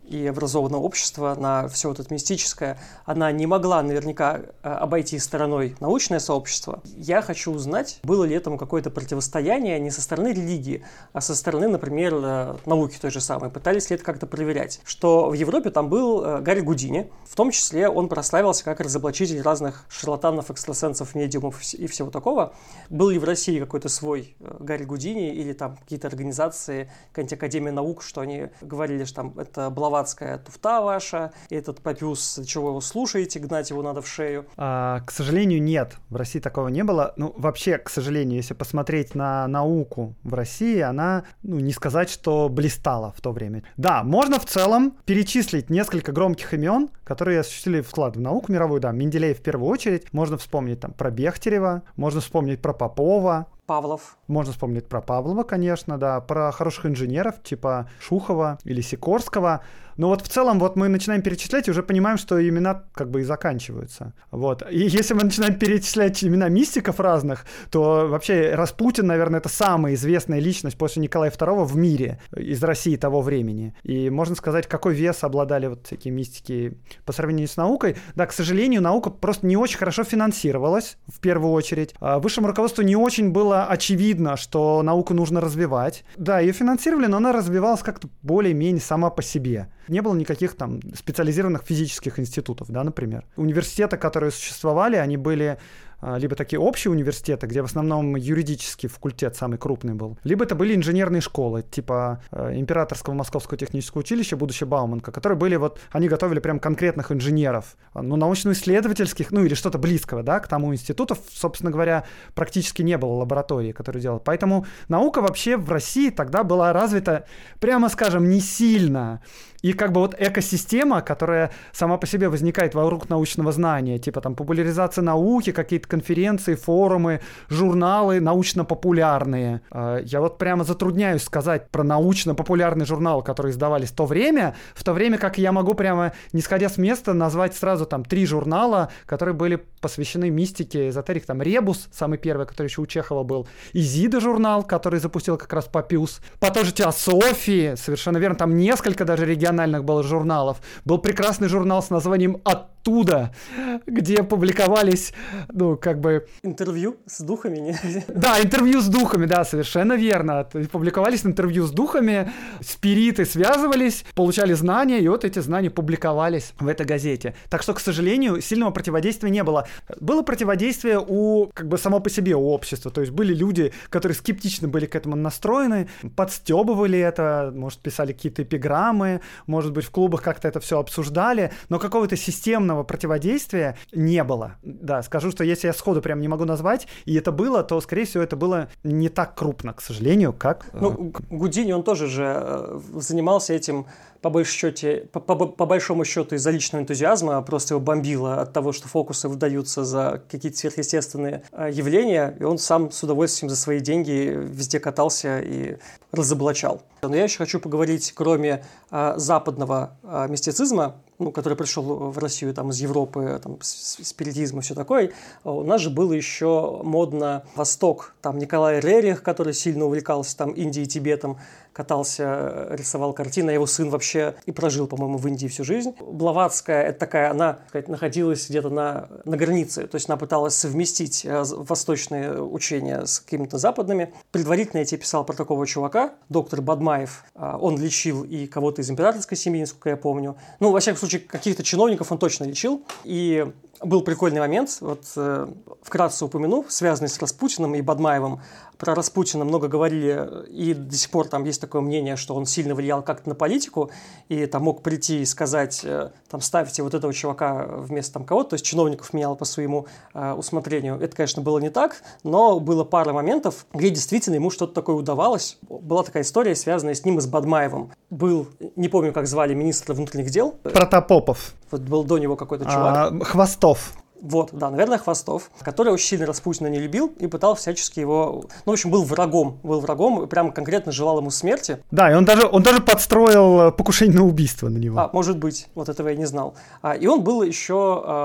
и образованного общества, на все вот это мистическое, она не могла наверняка обойти стороной научное сообщество. Я хочу узнать, было ли этому какое-то противостояние не со стороны религии, а со стороны, например, науки той же самой. Пытались ли это как-то проверять? Что в Европе там был Гарри Гудини, в том числе он прославился как разоблачитель разных шарлатанов, экстрасенсов, медиумов и всего такого. Был ли в России какой-то свой Гарри Гудини или там какие-то организации, какая-нибудь Академия наук, что они говорили, что там это блаватская туфта ваша, этот папюс, чего его слушаете, гнать его надо в шею? А, к сожалению, нет. В России такого не было. Ну, вообще, к сожалению, если посмотреть на науку в России, она, ну, не сказать, что блистала в то время. Да, можно в целом перечислить несколько громких имен, которые осуществили вклад в науку мировую, да, Менделеев в первую очередь. Можно вспомнить там про Бехтерева, можно вспомнить про Попова. Павлов. Можно вспомнить про Павлова, конечно, да, про хороших инженеров, типа Шухова или Сикорского. Но вот в целом вот мы начинаем перечислять и уже понимаем, что имена как бы и заканчиваются. Вот. И если мы начинаем перечислять имена мистиков разных, то вообще Распутин, наверное, это самая известная личность после Николая второго в мире из России того времени. И можно сказать, какой вес обладали вот такие мистики по сравнению с наукой. Да, к сожалению, наука просто не очень хорошо финансировалась в первую очередь. А высшему руководству не очень было очевидно, что науку нужно развивать. Да, ее финансировали, но она развивалась как-то более-менее сама по себе. Не было никаких там специализированных физических институтов, да, например. Университеты, которые существовали, они были либо такие общие университеты, где в основном юридический факультет самый крупный был, либо это были инженерные школы, типа Императорского Московского технического училища, будущее Бауманка, которые были вот, они готовили прям конкретных инженеров, ну, научно-исследовательских, ну, или что-то близкого, да, к тому институту, собственно говоря, практически не было лаборатории, которые делали. Поэтому наука вообще в России тогда была развита, прямо скажем, не сильно. И как бы вот экосистема, которая сама по себе возникает вокруг научного знания, типа там популяризация науки, какие-то конференции, форумы, журналы научно-популярные. Я вот прямо затрудняюсь сказать про научно-популярный журнал, который издавались в то время, в то время как я могу прямо, не сходя с места, назвать сразу там три журнала, которые были посвящены мистике, эзотерике. Там Ребус, самый первый, который еще у Чехова был, Изида журнал, который запустил как раз Папюс, по той же теософии, совершенно верно, там несколько даже региональных было журналов. Был прекрасный журнал с названием «Оттуда», где публиковались, ну, как бы... Интервью с духами, не? Да, интервью с духами, да, совершенно верно. Публиковались интервью с духами, спириты связывались, получали знания, и вот эти знания публиковались в этой газете. Так что, к сожалению, сильного противодействия не было. Было противодействие у, как бы, само по себе у общества. То есть были люди, которые скептично были к этому настроены, подстебывали это, может, писали какие-то эпиграммы, может быть, в клубах как-то это все обсуждали, но какого-то системного противодействия не было. Да, скажу, что если я сходу прям не могу назвать, и это было, то, скорее всего, это было не так крупно, к сожалению, как... Ну, Гудини, он тоже же занимался этим, по, счете, по, по, по большому счету, из-за личного энтузиазма, просто его бомбило от того, что фокусы выдаются за какие-то сверхъестественные явления, и он сам с удовольствием за свои деньги везде катался и разоблачал. Но я еще хочу поговорить, кроме а, западного а, мистицизма, ну, который пришел в Россию там, из Европы, там, спиритизм и все такое, у нас же было еще модно Восток. Там Николай Рерих, который сильно увлекался там, Индией и Тибетом, катался, рисовал картины, а его сын вообще и прожил, по-моему, в Индии всю жизнь. Блаватская, это такая, она, так сказать, находилась где-то на, на границе, то есть она пыталась совместить восточные учения с какими-то западными. Предварительно я тебе писал про такого чувака, доктор Бадмаев. Он лечил и кого-то из императорской семьи, насколько я помню. Ну, во всяком случае, каких-то чиновников он точно лечил. И был прикольный момент, вот э, вкратце упомяну, связанный с Распутиным и Бадмаевым. Про Распутина много говорили, и до сих пор там есть такое мнение, что он сильно влиял как-то на политику, и там мог прийти и сказать, э, там, ставьте вот этого чувака вместо там кого-то, то есть чиновников менял по своему э, усмотрению. Это, конечно, было не так, но было пара моментов, где действительно ему что-то такое удавалось. Была такая история, связанная с ним и с Бадмаевым. Был, не помню, как звали, министра внутренних дел. Протопопов. Вот был до него какой-то чувак. А, Хвостов. Вот, да, наверное, Хвостов, который очень сильно Распутина не любил и пытался всячески его... Ну, в общем, был врагом, был врагом и прям конкретно желал ему смерти. Да, и он даже, он даже подстроил покушение на убийство на него. А, может быть, вот этого я не знал. А, и он был еще... А,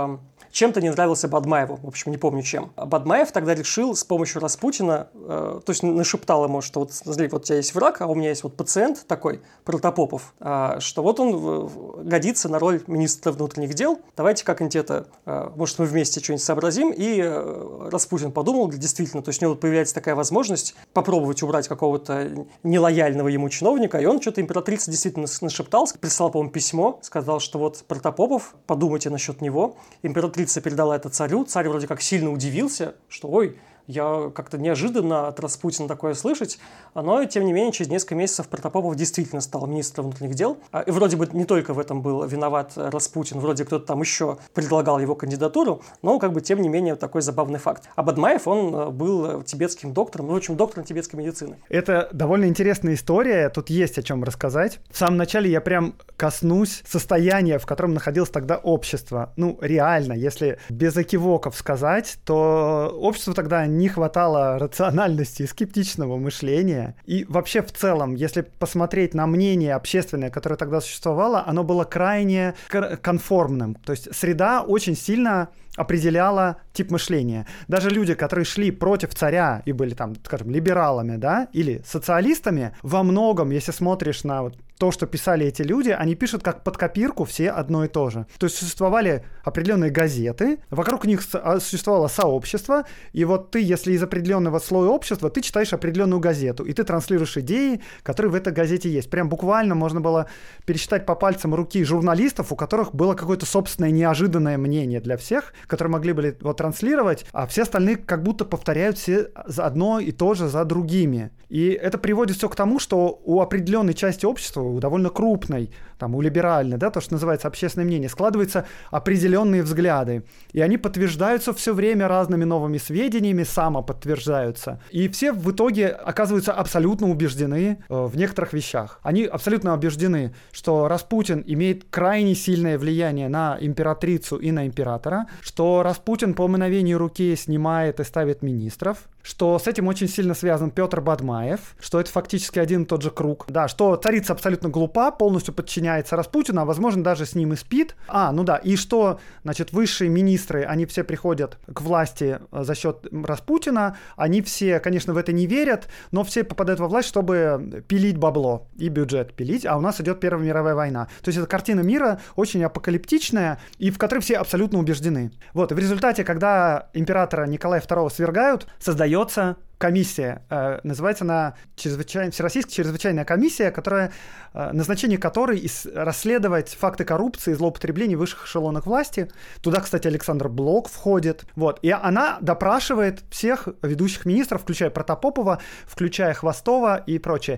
чем-то не нравился Бадмаеву, в общем, не помню чем. А Бадмаев тогда решил с помощью Распутина, э, то есть нашептал ему, что вот, смотри, вот у тебя есть враг, а у меня есть вот пациент такой, Протопопов, э, что вот он в, годится на роль министра внутренних дел, давайте как-нибудь это, э, может, мы вместе что-нибудь сообразим. И э, Распутин подумал, действительно, то есть у него появляется такая возможность попробовать убрать какого-то нелояльного ему чиновника, и он что-то императрице действительно нашептал, прислал, по-моему, письмо, сказал, что вот Протопопов, подумайте насчет него. Императрица передала это царю, царь вроде как сильно удивился, что ой, я как-то неожиданно от Распутина такое слышать, но, тем не менее, через несколько месяцев Протопопов действительно стал министром внутренних дел. И вроде бы не только в этом был виноват Распутин, вроде кто-то там еще предлагал его кандидатуру, но, как бы, тем не менее, такой забавный факт. А Бадмаев, он был тибетским доктором, ну, в общем, доктором тибетской медицины. Это довольно интересная история, тут есть о чем рассказать. В самом начале я прям коснусь состояния, в котором находилось тогда общество. Ну, реально, если без экивоков сказать, то общество тогда не хватало рациональности и скептичного мышления. И вообще в целом, если посмотреть на мнение общественное, которое тогда существовало, оно было крайне конформным. То есть среда очень сильно определяла тип мышления. Даже люди, которые шли против царя и были там, скажем, либералами, да, или социалистами, во многом, если смотришь на вот то, что писали эти люди, они пишут как под копирку все одно и то же. То есть существовали определенные газеты, вокруг них существовало сообщество, и вот ты, если из определенного слоя общества, ты читаешь определенную газету, и ты транслируешь идеи, которые в этой газете есть. Прям буквально можно было пересчитать по пальцам руки журналистов, у которых было какое-то собственное неожиданное мнение для всех, которые могли бы его транслировать, а все остальные как будто повторяют все одно и то же за другими. И это приводит все к тому, что у определенной части общества, у довольно крупной, там, у либеральной, да, то, что называется общественное мнение, складываются определенные взгляды. И они подтверждаются все время разными новыми сведениями, самоподтверждаются. И все в итоге оказываются абсолютно убеждены э, в некоторых вещах. Они абсолютно убеждены, что Распутин имеет крайне сильное влияние на императрицу и на императора, что Распутин по мгновению руки снимает и ставит министров, что с этим очень сильно связан Петр Бадмаев, что это фактически один и тот же круг. Да, что царица абсолютно глупа, полностью подчиняется Распутину, а возможно даже с ним и спит. А, ну да, и что, значит, высшие министры, они все приходят к власти за счет Распутина, они все, конечно, в это не верят, но все попадают во власть, чтобы пилить бабло и бюджет пилить, а у нас идет Первая мировая война. То есть это картина мира очень апокалиптичная, и в которой все абсолютно убеждены. Вот, и в результате, когда императора Николая второго свергают, создается комиссия, э, называется она чрезвычай... Всероссийская чрезвычайная комиссия, которая, э, назначение которой ис... расследовать факты коррупции и злоупотреблений в высших эшелонах власти. Туда, кстати, Александр Блок входит. Вот. И она допрашивает всех ведущих министров, включая Протопопова, включая Хвостова и прочее.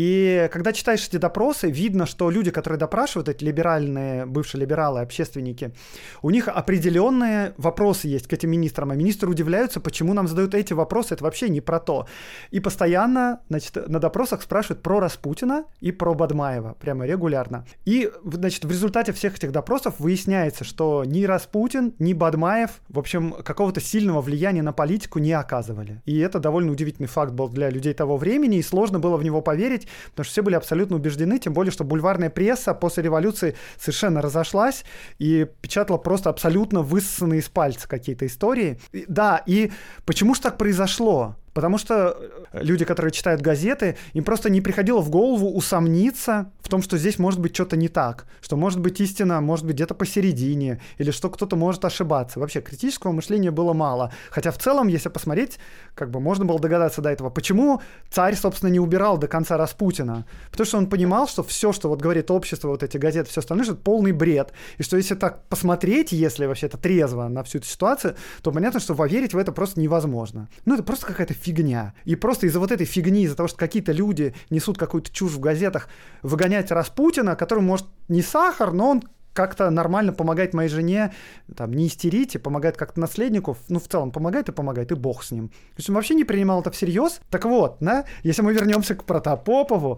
И когда читаешь эти допросы, видно, что люди, которые допрашивают, эти либеральные, бывшие либералы, общественники, у них определенные вопросы есть к этим министрам, а министры удивляются, почему нам задают эти вопросы, это вообще не про то. И постоянно, значит, на допросах спрашивают про Распутина и про Бадмаева, прямо регулярно. И, значит, в результате всех этих допросов выясняется, что ни Распутин, ни Бадмаев, в общем, какого-то сильного влияния на политику не оказывали. И это довольно удивительный факт был для людей того времени, и сложно было в него поверить, потому что все были абсолютно убеждены, тем более, что бульварная пресса после революции совершенно разошлась и печатала просто абсолютно высосанные из пальца какие-то истории. И, да, и почему же так произошло? Потому что люди, которые читают газеты, им просто не приходило в голову усомниться в том, что здесь может быть что-то не так, что может быть истина, может быть где-то посередине, или что кто-то может ошибаться. Вообще критического мышления было мало. Хотя в целом, если посмотреть, как бы можно было догадаться до этого, почему царь, собственно, не убирал до конца Распутина. Потому что он понимал, что все, что вот говорит общество, вот эти газеты, все остальное, что это полный бред. И что если так посмотреть, если вообще это трезво на всю эту ситуацию, то понятно, что поверить в это просто невозможно. Ну, это просто какая-то фигня. И просто из-за вот этой фигни, из-за того, что какие-то люди несут какую-то чушь в газетах, выгонять Распутина, который, может, не сахар, но он как-то нормально помогает моей жене, там, не истерить, и помогает как-то наследнику, ну, в целом помогает и помогает, и бог с ним. То есть он вообще не принимал это всерьез. Так вот, да, если мы вернемся к Протопопову,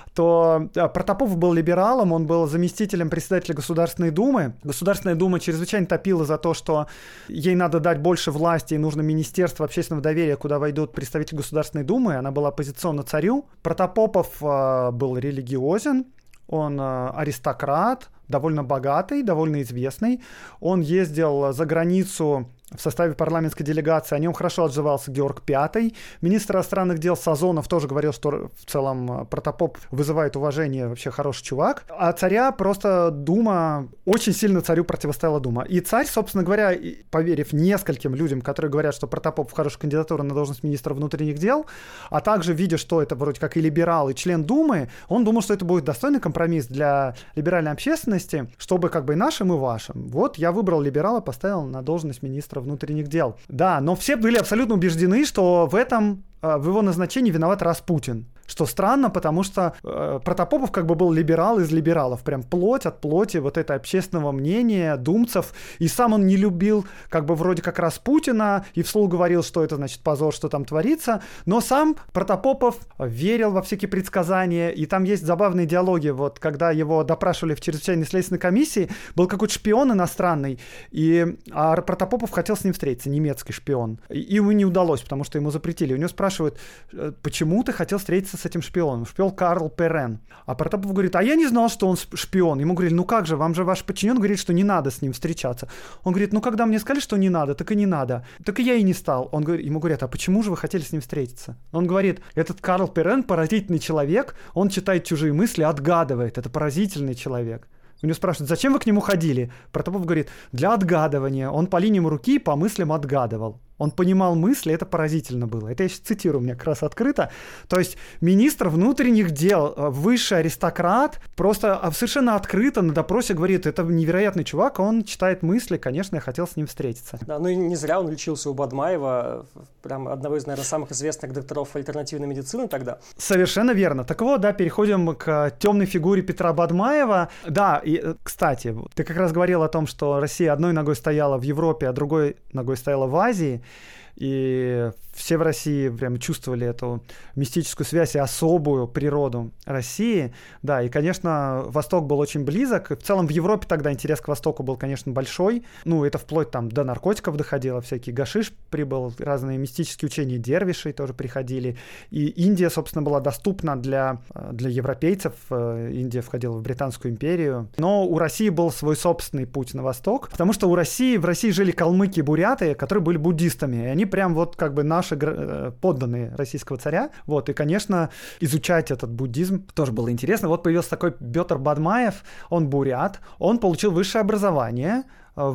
то да, Протопопов был либералом, он был заместителем председателя Государственной Думы. Государственная Дума чрезвычайно топила за то, что ей надо дать больше власти, и нужно Министерство общественного доверия, куда войдут представители Государственной Думы. Она была оппозиционна царю. Протопопов э, был религиозен. он аристократ, довольно богатый, довольно известный. Он ездил за границу в составе парламентской делегации, о нем хорошо отзывался Георг Пятый. Министр иностранных дел Сазонов тоже говорил, что в целом Протопоп вызывает уважение, вообще хороший чувак. А царя просто Дума, очень сильно царю противостояла Дума. И царь, собственно говоря, поверив нескольким людям, которые говорят, что Протопоп хорошая кандидатура на должность министра внутренних дел, а также видя, что это вроде как и либерал, и член Думы, он думал, что это будет достойный компромисс для либеральной общественности, чтобы как бы и нашим, и вашим. Вот я выбрал либерала, поставил на должность министра внутренних дел. Да, но все были абсолютно убеждены, что в этом, в его назначении виноват Распутин. Что странно, потому что э, Протопопов как бы был либерал из либералов, прям плоть от плоти вот это общественного мнения, думцев, и сам он не любил как бы вроде как Распутина, и вслух говорил, что это значит позор, что там творится, но сам Протопопов верил во всякие предсказания, и там есть забавные диалоги, вот когда его допрашивали в чрезвычайной следственной комиссии, был какой-то шпион иностранный, и а Протопопов хотел с ним встретиться, немецкий шпион, и ему не удалось, потому что ему запретили, у него спрашивают, почему ты хотел встретиться с этим шпионом, шпион Карл Перен. А Протопопов говорит, а я не знал, что он шпион. Ему говорили, ну как же, вам же ваш подчиненный говорит, что не надо с ним встречаться. Он говорит, ну когда мне сказали, что не надо, так и не надо. Так и я и не стал. Он говорит, ему говорят, а почему же вы хотели с ним встретиться? Он говорит, этот Карл Перен поразительный человек, он читает чужие мысли, отгадывает, это поразительный человек. У него спрашивают, зачем вы к нему ходили? Протопопов говорит, для отгадывания. Он по линиям руки по мыслям отгадывал. Он понимал мысли, это поразительно было. Это я сейчас цитирую, у меня как раз открыто. То есть министр внутренних дел, высший аристократ, просто совершенно открыто на допросе говорит, это невероятный чувак, он читает мысли, конечно, я хотел с ним встретиться. Да, ну и не зря он лечился у Бадмаева, прям одного из, наверное, самых известных докторов альтернативной медицины тогда. Совершенно верно. Так вот, да, переходим к темной фигуре Петра Бадмаева. Да, и, кстати, ты как раз говорил о том, что Россия одной ногой стояла в Европе, а другой ногой стояла в Азии. И все в России прям чувствовали эту мистическую связь и особую природу России. Да, и, конечно, Восток был очень близок. В целом в Европе тогда интерес к Востоку был, конечно, большой. Ну, это вплоть там до наркотиков доходило, всякий гашиш прибыл, разные мистические учения дервишей тоже приходили. И Индия, собственно, была доступна для, для европейцев. Индия входила в Британскую империю. Но у России был свой собственный путь на Восток, потому что у России, в России жили калмыки и буряты, которые были буддистами. И они прям вот как бы наши подданные российского царя. Вот, и, конечно, изучать этот буддизм тоже было интересно. Вот появился такой Петр Бадмаев, он бурят, он получил высшее образование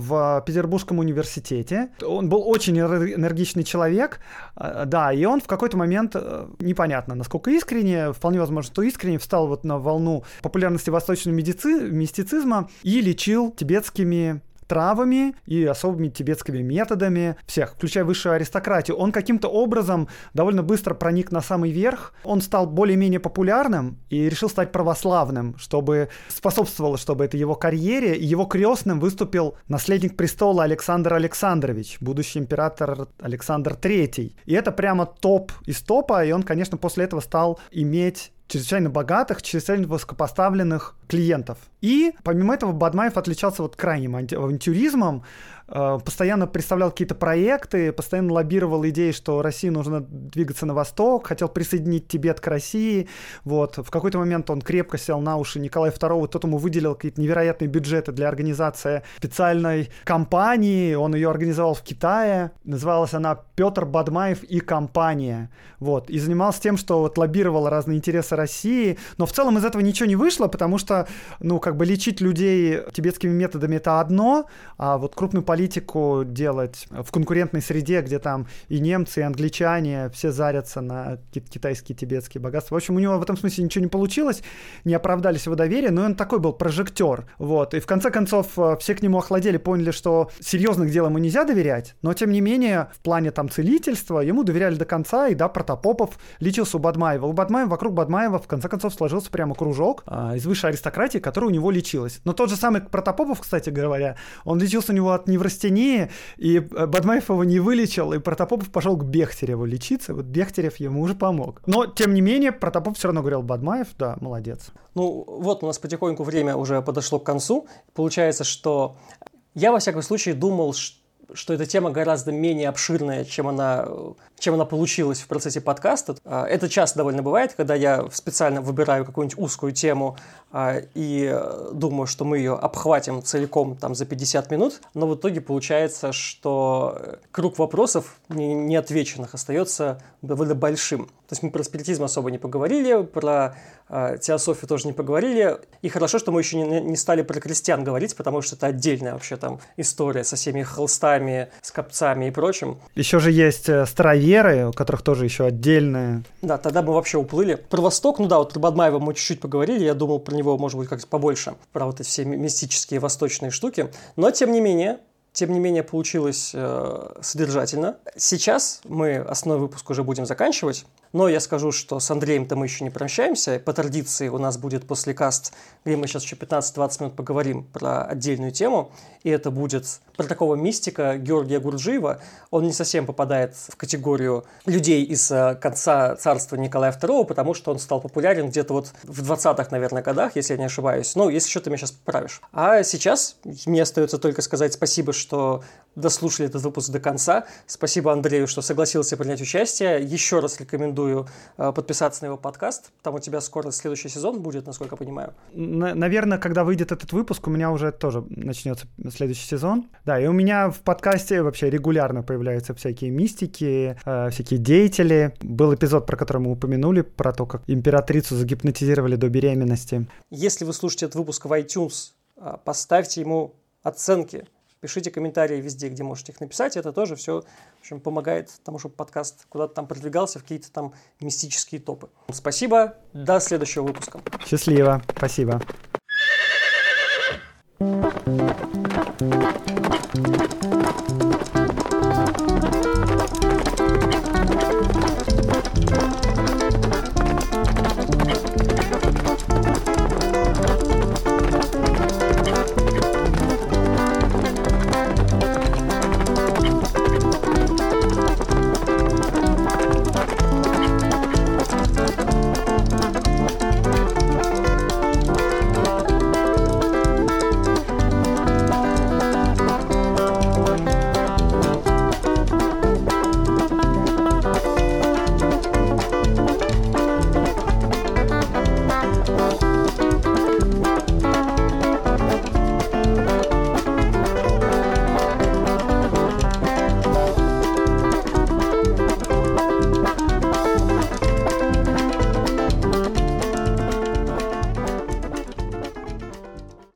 в Петербургском университете. Он был очень энергичный человек, да, и он в какой-то момент, непонятно, насколько искренне, вполне возможно, что искренне, встал вот на волну популярности восточного медици... мистицизма и лечил тибетскими травами и особыми тибетскими методами всех, включая высшую аристократию. Он каким-то образом довольно быстро проник на самый верх. Он стал более-менее популярным и решил стать православным, чтобы способствовало, чтобы это его карьере. И его крестным выступил наследник престола Александр Александрович, будущий император Александр Третий. И это прямо топ из топа, и он, конечно, после этого стал иметь чрезвычайно богатых, чрезвычайно высокопоставленных клиентов. И, помимо этого, Бадмаев отличался вот крайним авантюризмом, э, постоянно представлял какие-то проекты, постоянно лоббировал идеи, что России нужно двигаться на восток, хотел присоединить Тибет к России. Вот. В какой-то момент он крепко сел на уши Николая Второго, тот ему выделил какие-то невероятные бюджеты для организации специальной кампании, он ее организовал в Китае, называлась она «Петр Бадмаев и компания». Вот. И занимался тем, что вот лоббировал разные интересы России, но в целом из этого ничего не вышло, потому что, ну, как бы лечить людей тибетскими методами — это одно, а вот крупную политику делать в конкурентной среде, где там и немцы, и англичане все зарятся на китайские, тибетские богатства. В общем, у него в этом смысле ничего не получилось, не оправдались его доверие, но он такой был прожектор, вот, и в конце концов все к нему охладели, поняли, что серьезных дел ему нельзя доверять, но тем не менее в плане там целительства ему доверяли до конца, и да, Протопопов лечился у Бадмаева. У Бадмаева, вокруг Бадмаева в конце концов сложился прямо кружок а, из высшей аристократии, которая у него лечилась. Но тот же самый Протопопов, кстати говоря, он лечился у него от неврастении, и Бадмаев его не вылечил, и Протопопов пошел к Бехтереву лечиться, вот Бехтерев ему уже помог. Но, тем не менее, Протопопов все равно говорил: Бадмаев, да, молодец. Ну, вот у нас потихоньку время уже подошло к концу. Получается, что я, во всяком случае, думал, что что эта тема гораздо менее обширная, чем она чем она получилась в процессе подкаста. Это часто довольно бывает, когда я специально выбираю какую-нибудь узкую тему и думаю, что мы ее обхватим целиком там, за пятьдесят минут, но в итоге получается, что круг вопросов неотвеченных остается довольно большим. То есть мы про спиритизм особо не поговорили, про э, теософию тоже не поговорили. И хорошо, что мы еще не, не стали про крестьян говорить, потому что это отдельная вообще там история со всеми холстами, скопцами и прочим. Еще же есть староверы, у которых тоже еще отдельные. Да, тогда мы вообще уплыли. Про Восток, ну да, вот про Бадмаева мы чуть-чуть поговорили, я думал про него, может быть, как-то побольше, про вот эти все мистические восточные штуки. Но, тем не менее... Тем не менее, получилось э, содержательно. Сейчас мы основной выпуск уже будем заканчивать, но я скажу, что с Андреем-то мы еще не прощаемся. По традиции у нас будет после каст, где мы сейчас еще пятнадцать-двадцать минут поговорим про отдельную тему, и это будет про такого мистика Георгия Гурджиева. Он не совсем попадает в категорию людей из конца царства Николая второго, потому что он стал популярен где-то вот в двадцатых, наверное, годах, если я не ошибаюсь. Ну, если что, ты меня сейчас поправишь. А сейчас мне остается только сказать спасибо, что дослушали этот выпуск до конца. Спасибо Андрею, что согласился принять участие. Еще раз рекомендую подписаться на его подкаст. Там у тебя скоро следующий сезон будет, насколько я понимаю. Наверное, когда выйдет этот выпуск, у меня уже тоже начнется следующий сезон. Да, и у меня в подкасте вообще регулярно появляются всякие мистики, э, всякие деятели. Был эпизод, про который мы упомянули, про то, как императрицу загипнотизировали до беременности. Если вы слушаете этот выпуск в iTunes, поставьте ему оценки. Пишите комментарии везде, где можете их написать. Это тоже все, в общем, помогает тому, чтобы подкаст куда-то там продвигался в какие-то там мистические топы. Спасибо. До следующего выпуска. Счастливо. Спасибо. Thank you.